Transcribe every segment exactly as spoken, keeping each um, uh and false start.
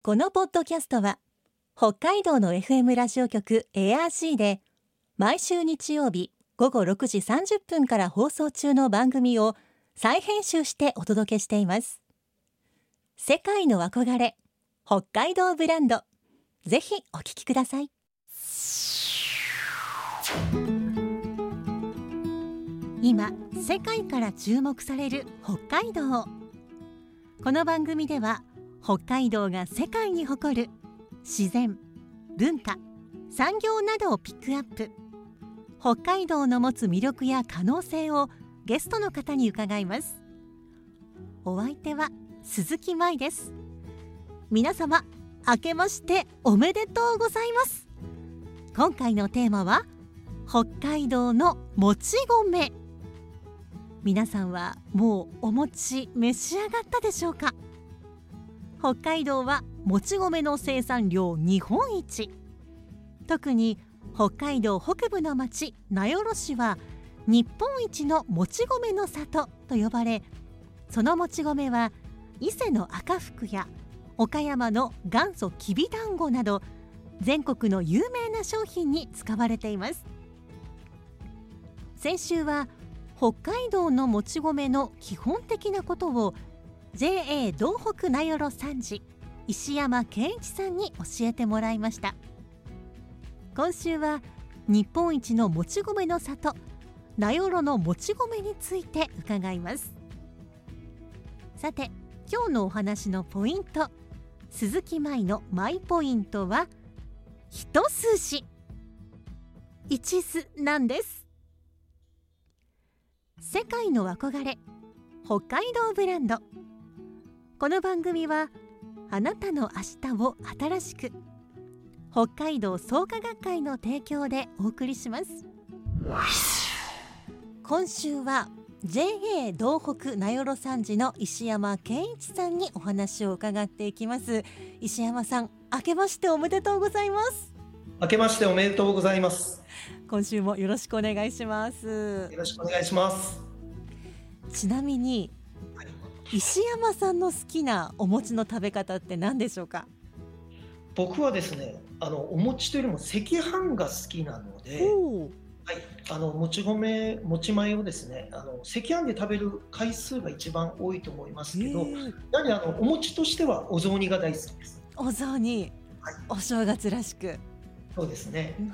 このポッドキャストは北海道の エフエム ラジオ局 エーアールシー で毎週日曜日ごごろくじさんじゅっぷんから放送中の番組を再編集してお届けしています。世界の憧れ北海道ブランド、ぜひお聞きください。今世界から注目される北海道。この番組では北海道が世界に誇る自然、文化、産業などをピックアップ。北海道の持つ魅力や可能性をゲストの方に伺います。お相手は鈴木舞です。皆様明けましておめでとうございます。今回のテーマは北海道のもち米。皆さんはもうお餅召し上がったでしょうか。北海道はもち米の生産量日本一。特に北海道北部の町名寄市は日本一のもち米の里と呼ばれ、そのもち米は伊勢の赤福や岡山の元祖きびだんごなど全国の有名な商品に使われています。先週は北海道のもち米の基本的なことを ジェーエー 道北名寄参事石山健一さんに教えてもらいました。今週は日本一のもち米の里名寄のもち米について伺います。さて今日のお話のポイント、鈴木舞のマイポイントは一筋一途なんです。世界の憧れ北海道ブランド。この番組はあなたの明日を新しく、北海道創価学会の提供でお送りします。今週は ジェーエー 道北名寄参事の石山健一さんにお話を伺っていきます。石山さん、明けましておめでとうございます。 明けましておめでとうございます。 今週もよろしくお願いします。 よろしくお願いします。 ちなみに、はい、石山さんの好きなお餅の食べ方って何でしょうか。 僕はですね、あのお餅というよりも赤飯が好きなので、はい、あのもち米、もち米をですね、あの赤飯で食べる回数が一番多いと思いますけど、やはりあのお餅としてはお雑煮が大好きです。 お雑煮、はい、お正月らしく。 そうですね。 うん、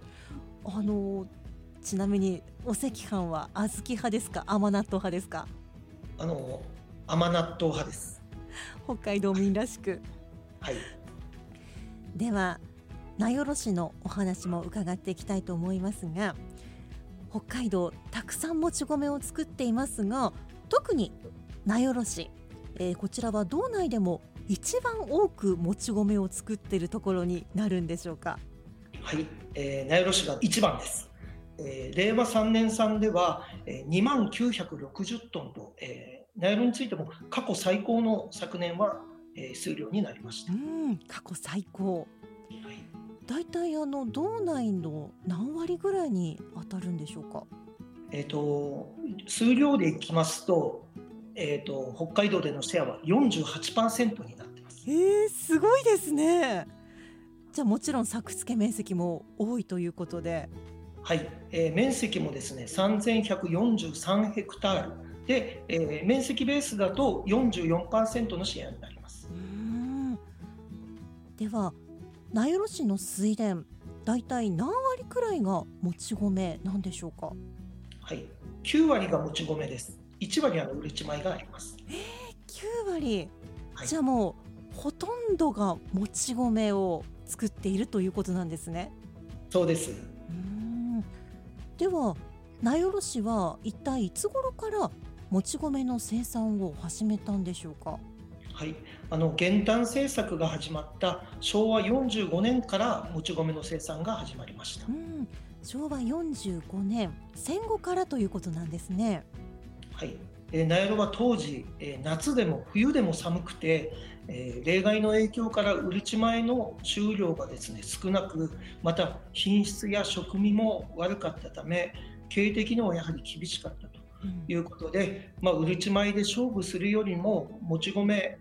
あのちなみにお赤飯は小豆派ですか、甘納豆派ですか。 あの甘納豆派です。 北海道民らしく。 はい。 では名寄市のお話も伺っていきたいと思いますが、北海道たくさんもち米を作っていますが、特に名寄市、えー、こちらは道内でも一番多くもち米を作っているところになるんでしょうか。 はい、えー、名寄市が一番です。えー、れいわさんねん産では、えー、にまんきゅうひゃくろくじゅっトンと、えー、名寄についても過去最高の昨年は、えー、数量になりました。 うん、過去最高。はい、だいたいあの道内の何割ぐらいに当たるんでしょうか。 えーと、数量でいきますと、えーと、北海道でのシェアは よんじゅうはちパーセント になってます。 えー、すごいですね。じゃあもちろん作付け面積も多いということで。 はい、えー、面積もですねさんぜんひゃくよんじゅうさんヘクタールで、えー、面積ベースだと よんじゅうよんパーセント のシェアになります。 うーん、では名寄市の水田、だいたい何割くらいがもち米なんでしょうか。 はい、きゅうわりがもち米です。いちわりはうるち米があります。 えー、きゅうわり、はい、じゃあもうほとんどがもち米を作っているということなんですね。 そうです。 うーん、では名寄市は一体いつ頃からもち米の生産を始めたんでしょうか。 はい、あの減反政策が始まったしょうわよんじゅうごねんからもち米の生産が始まりました。 うん、しょうわよんじゅうごねん、戦後からということなんですね。 はい、えー、名寄は当時、えー、夏でも冬でも寒くて、えー、冷害の影響からうるち米の収量がですね少なく、また品質や食味も悪かったため経営的にもやはり厳しかったということで、うん、まあ、うるち米で勝負するよりももち米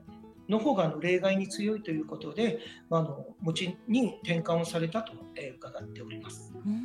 の方があの例外に強いということで、まあ、あの餅に転換をされたと、えー伺っております。 うん、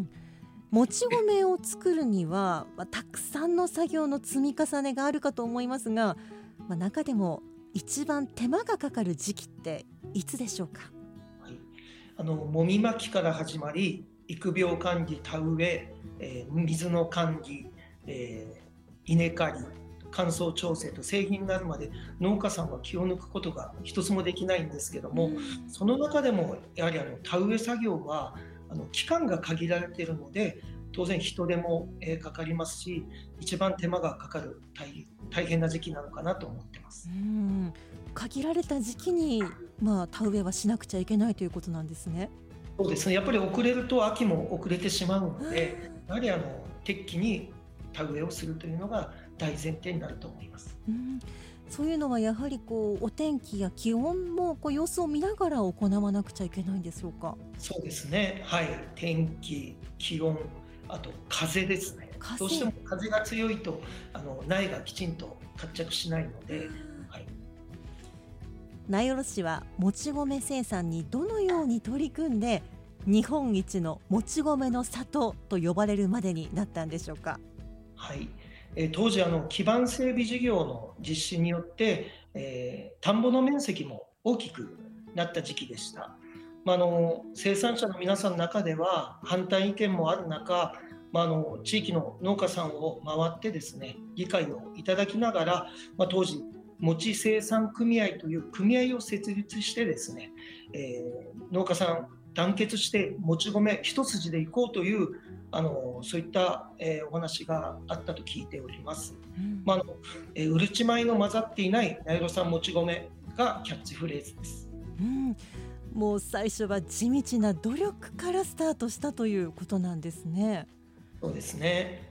もち米を作るには、まあ、たくさんの作業の積み重ねがあるかと思いますが、まあ、中でも一番手間がかかる時期っていつでしょうか？ はい、あのもみまきから始まり、育苗管理、田植え、えー水の管理、えー稲刈り、乾燥調整と製品になるまで農家さんは気を抜くことが一つもできないんですけども、その中でもやはりあの田植え作業はあの期間が限られているので、当然人手も、えーかかりますし、一番手間がかかる 大, 大変な時期なのかなと思ってます。 うん、限られた時期に、まあ、田植えはしなくちゃいけないということなんですね。 そうですね、やっぱり遅れると秋も遅れてしまうので、やはりあの適期に田植えをするというのが大前提になると思います。 うん、そういうのはやはりこうお天気や気温もこう様子を見ながら行わなくちゃいけないんでしょうか？ そうですね、はい、天気、気温、あと風ですね。どうしても風が強いとあの苗がきちんと活着しないので、はい、 名寄市はもち米生産にどのように取り組んで日本一のもち米の里と呼ばれるまでになったんでしょうか？ はい、えー当時あの基盤整備事業の実施によって、えー田んぼの面積も大きくなった時期でした。まあ、あの生産者の皆さんの中では反対意見もある中、まあ、あの地域の農家さんを回ってですね、理解をいただきながら、まあ、当時餅生産組合という組合を設立してですね、えー農家さん団結してもち米一筋でいこうというあのそういった、えーお話があったと聞いております。 うん、 まあ、あのえーうるち米の混ざっていない名寄さんもち米がキャッチフレーズです。 うん、もう最初は地道な努力からスタートしたということなんですね。 そうですね。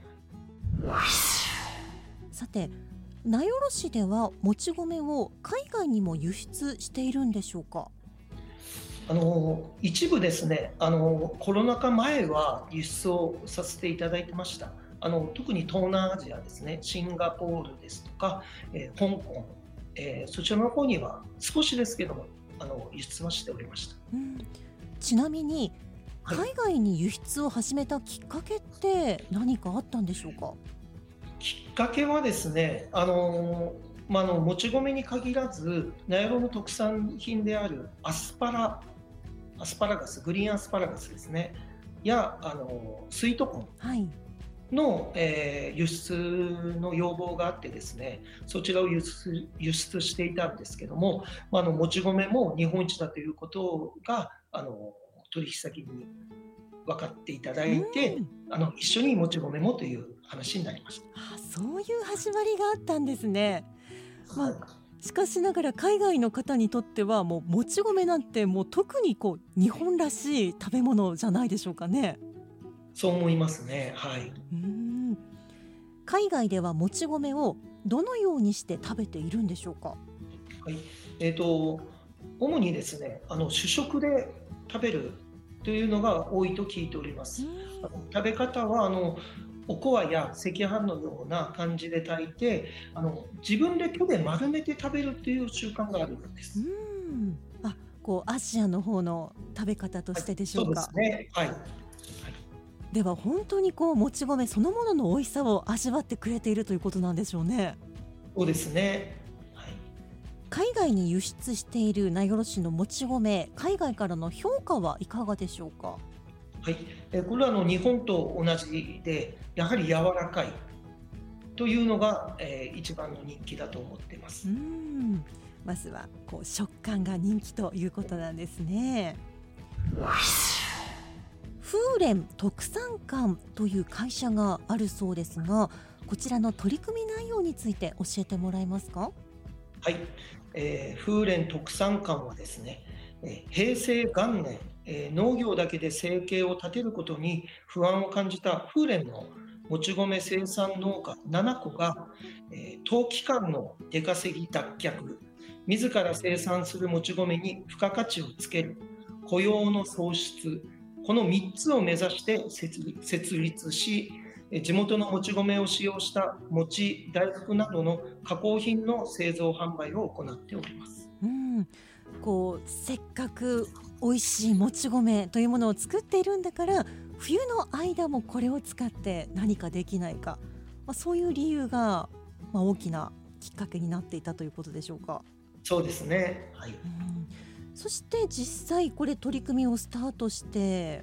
さて、名寄市ではもち米を海外にも輸出しているんでしょうか？ あの一部ですね、あのコロナ禍前は輸出をさせていただいてました。あの特に東南アジアですね、シンガポールですとか、えー香港、えーそちらの方には少しですけどもあの輸出はしておりました。 うん、ちなみにはい、 海外に輸出を始めたきっかけって何かあったんでしょうか？ きっかけはですね、あのまあ、あのもち米に限らず名寄の特産品であるアスパラアスパラガスグリーンアスパラガスですねやあのスイートコーンはい。 の、えー輸出の要望があってですね、そちらを輸出、輸出していたんですけども、まあ、あのもち米も日本一だということがあの取引先に分かっていただういて、 ん、 あの一緒にもち米もという話になりました。 あ、そういう始まりがあったんですね。まあ、 はい、 しかしながら海外の方にとってはもうもち米なんてもう特にこう日本らしい食べ物じゃないでしょうかね。 そう思いますね。はい。 うーん、海外ではもち米をどのようにして食べているんでしょうか？ はい、えーと、主にですね、あの主食で食べるというのが多いと聞いておりまうーす。あの食べ方はあのおこわや赤飯のような感じで炊いて、あの自分で手で丸めて食べるという習慣があるようでうす。 ーん、あ、こうアジアの方の食べ方とはい、 してでしょそうでうか？ すね。はい。はい、 では本当にこうもち米そのものの美味しさを味わってくれているということなんでしょうね。 そうですね。はい。 海外に輸出している名寄市のもち米、海外からの評価はいかがでしょうか？ はい、えこれはあの日本と同じで、やはり柔らかいというのが、えー一番の人気だと思っていまうーす。 ん、まずはこう食感が人気ということなんですね。風蓮特産館という会社があるそうですが、こちらの取り組み内容について教えてもらえますか？ はい、えー風蓮特産館はですね、えー平成元年、えー農業だけで生計を立てることに不安を感じた風蓮のもち米生産農家ななこが、えー短期間の出稼ぎ脱却、自ら生産するもち米に付加価値をつける、雇用の創出、このみっつを目指して設立設立し、えー地元のもち米を使用した餅、大福などの加工品の製造販売を行っております。 ん、こうせっかく美味しいもち米というものを作っているんだから、冬の間もこれを使って何かできないか、まあ、そういう理由が、まあ、大きなきっかけになっていたということでしょうか。 そうですね、はい。うん、 そして実際これ取り組みをスタートして、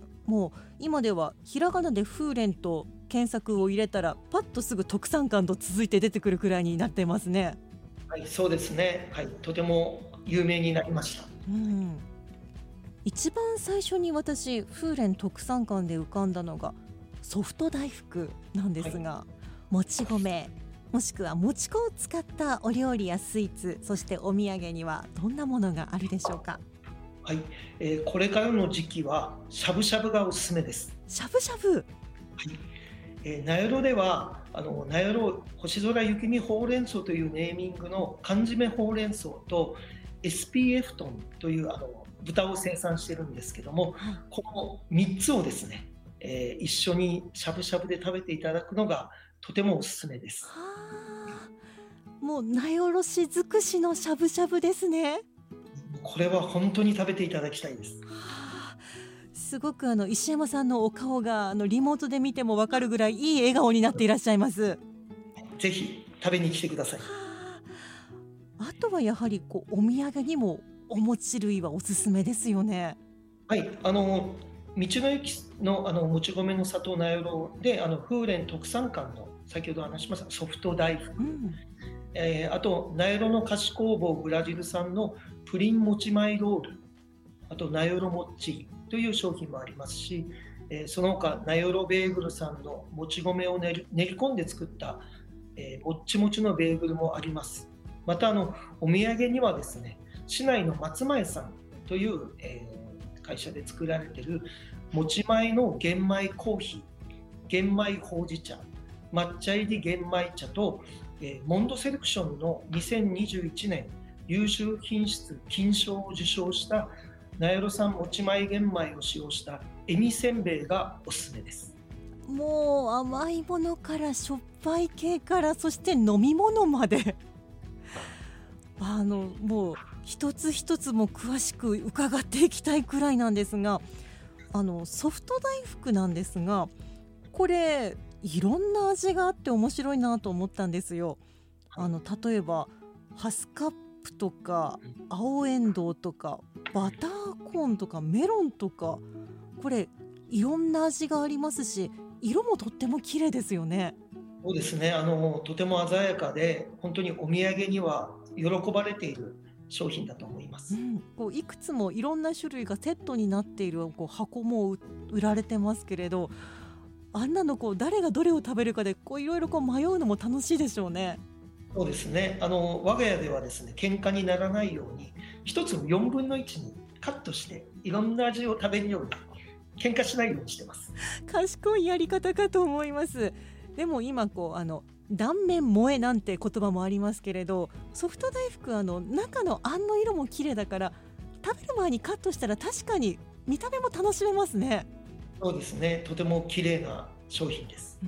もう今ではひらがなで風蓮と検索を入れたらパッとすぐ特産館と続いて出てくるくらいになってますね。 はい、そうですね、はい、とても有名になりました。 うん、一番最初に私風蓮特産館で浮かんだのがソフト大福なんですが、はい、もち米もしくはもち粉を使ったお料理やスイーツ、そしてお土産にはどんなものがあるでしょうか。 はい、えー、これからの時期はしゃぶしゃぶがおすすめです。 しゃぶしゃぶ、はい、 えー、名寄ではあの名寄星空雪見ほうれん草というネーミングの缶詰ほうれん草と エスピーエフ トンというあの豚を生産しているんですけども、はい、このみっつをですね、えー、一緒にしゃぶしゃぶで食べていただくのがとてもおすすめです。はあ、もう名寄市尽くしのしゃぶしゃぶですね。 これは本当に食べていただきたいです。はあ、すごくあの石山さんのお顔があのリモートで見ても分かるぐらいいい笑顔になっていらっしゃいます。 ぜひ食べに来てください。はあ、あとはやはりこうお土産にもお餅類はおすすめですよね。 はい、あの道の駅 の, あのもち米の里名寄であの風蓮特産館の先ほど話しましたソフト大福、うん、えー、あと名寄の菓子工房ブラジル産のプリンもち米ロール、あと名寄もっちという商品もありますし、えー、その他名寄ベーグルさんのもち米を練り、練り込んで作った、えー、もっちもちのベーグルもあります。またあのお土産にはですね、市内の松前さんという、えー、会社で作られているもち米の玄米コーヒー、玄米ほうじ茶、抹茶入り玄米茶と、えー、モンドセレクションのにせんにじゅういちねん優秀品質金賞を受賞した名寄産もち米玄米を使用したえみせんべいがおすすめです。 もう甘いものからしょっぱい系からそして飲み物まであのもう一つ一つも詳しく伺っていきたいくらいなんですが、あのソフト大福なんですが、これいろんな味があって面白いなと思ったんですよ。あの例えばハスカップとか青エンドウとかバターコーンとかメロンとか、これいろんな味がありますし、色もとっても綺麗ですよね。 そうですね、あのとても鮮やかで本当にお土産には喜ばれている商品だと思います。うん、 こういくつもいろんな種類がセットになっているこう箱も売られてますけれど、あんなのこう誰がどれを食べるかでいろいろ迷うのも楽しいでしょうね。 そうですね、あの我が家ではですね、喧嘩にならないように一つのよんぶんのいちにカットしていろんな味を食べるように喧嘩しないようにしてます。 賢いやり方かと思います。でも今こうあの断面萌えなんて言葉もありますけれど、ソフト大福あの中のあんの色も綺麗だから食べる前にカットしたら確かに見た目も楽しめますね。 そうですね、とても綺麗な商品です。うん、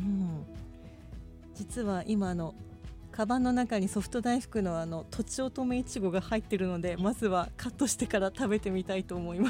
実は今あのカバンの中にソフト大福のあのとちおとめいちごが入っているので、まずはカットしてから食べてみたいと思います。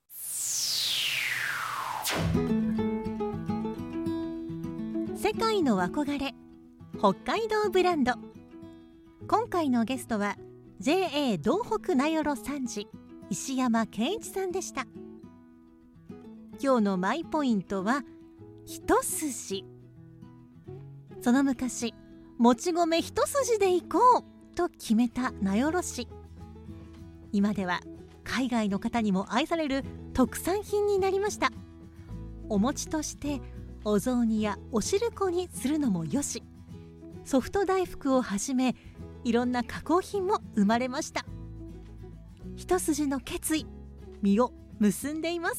世界の憧れ北海道ブランド。今回のゲストは ジェーエー 道北名寄参事石山健一さんでした。今日のマイポイントは一筋。その昔もち米一筋で行こうと決めた名寄市、今では海外の方にも愛される特産品になりました。お餅としてお雑煮やお汁粉にするのもよし、ソフト大福をはじめいろんな加工品も生まれました。一筋の決意、実を結んでいます。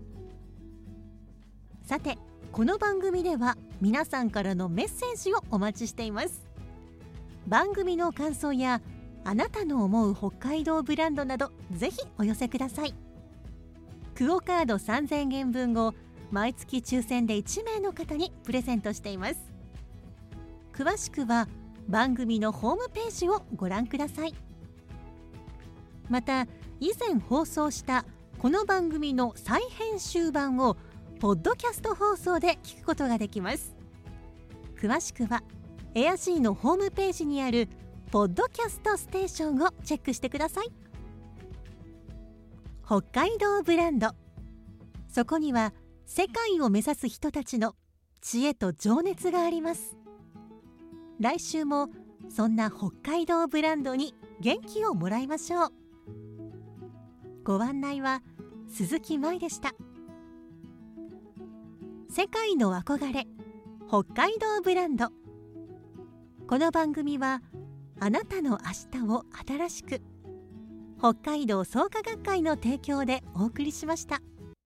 さてこの番組では皆さんからのメッセージをお待ちしています。番組の感想やあなたの思う北海道ブランドなどぜひお寄せください。クオカードさんぜんえんぶんを毎月抽選でいちめいの方にプレゼントしています。詳しくは番組のホームページをご覧ください。 また以前放送したこの番組の再編集版をポッドキャスト放送で聞くことができます。詳しくはエアシーのホームページにあるポッドキャストステーションをチェックしてください。北海道ブランド、そこには世界を目指す人たちの知恵と情熱があります。来週もそんな北海道ブランドに元気をもらいましょう。ご案内は鈴木舞でした。世界の憧れ、北海道ブランド。この番組はあなたの明日を新しく、北海道創価学会の提供でお送りしました。